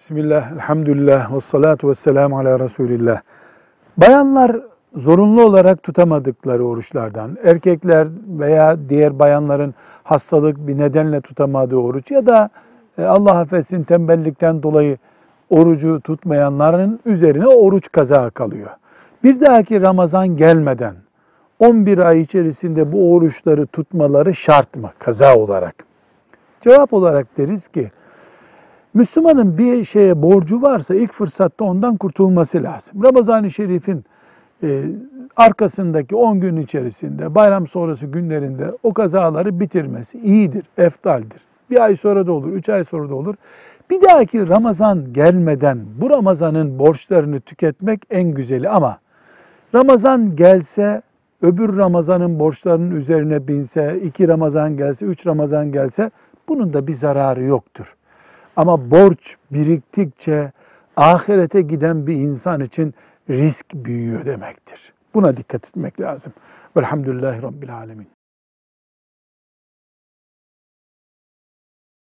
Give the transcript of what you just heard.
Bismillah, elhamdülillah, ve salatu ve selamu ala Resulillah. Bayanlar zorunlu olarak tutamadıkları oruçlardan, erkekler veya diğer bayanların hastalık bir nedenle tutamadığı oruç ya da Allah affetsin tembellikten dolayı orucu tutmayanların üzerine oruç kaza kalıyor. Bir dahaki Ramazan gelmeden 11 ay içerisinde bu oruçları tutmaları şart mı kaza olarak? Cevap olarak deriz ki, Müslümanın bir şeye borcu varsa ilk fırsatta ondan kurtulması lazım. Ramazan-ı Şerif'in arkasındaki 10 gün içerisinde, bayram sonrası günlerinde o kazaları bitirmesi iyidir, eftaldir. Bir ay sonra da olur, 3 ay sonra da olur. Bir dahaki Ramazan gelmeden bu Ramazan'ın borçlarını tüketmek en güzeli ama Ramazan gelse, öbür Ramazan'ın borçlarının üzerine binse, 2 Ramazan gelse, 3 Ramazan gelse bunun da bir zararı yoktur. Ama borç biriktikçe ahirete giden bir insan için risk büyüyor demektir. Buna dikkat etmek lazım. Velhamdülillahi Rabbil Alemin.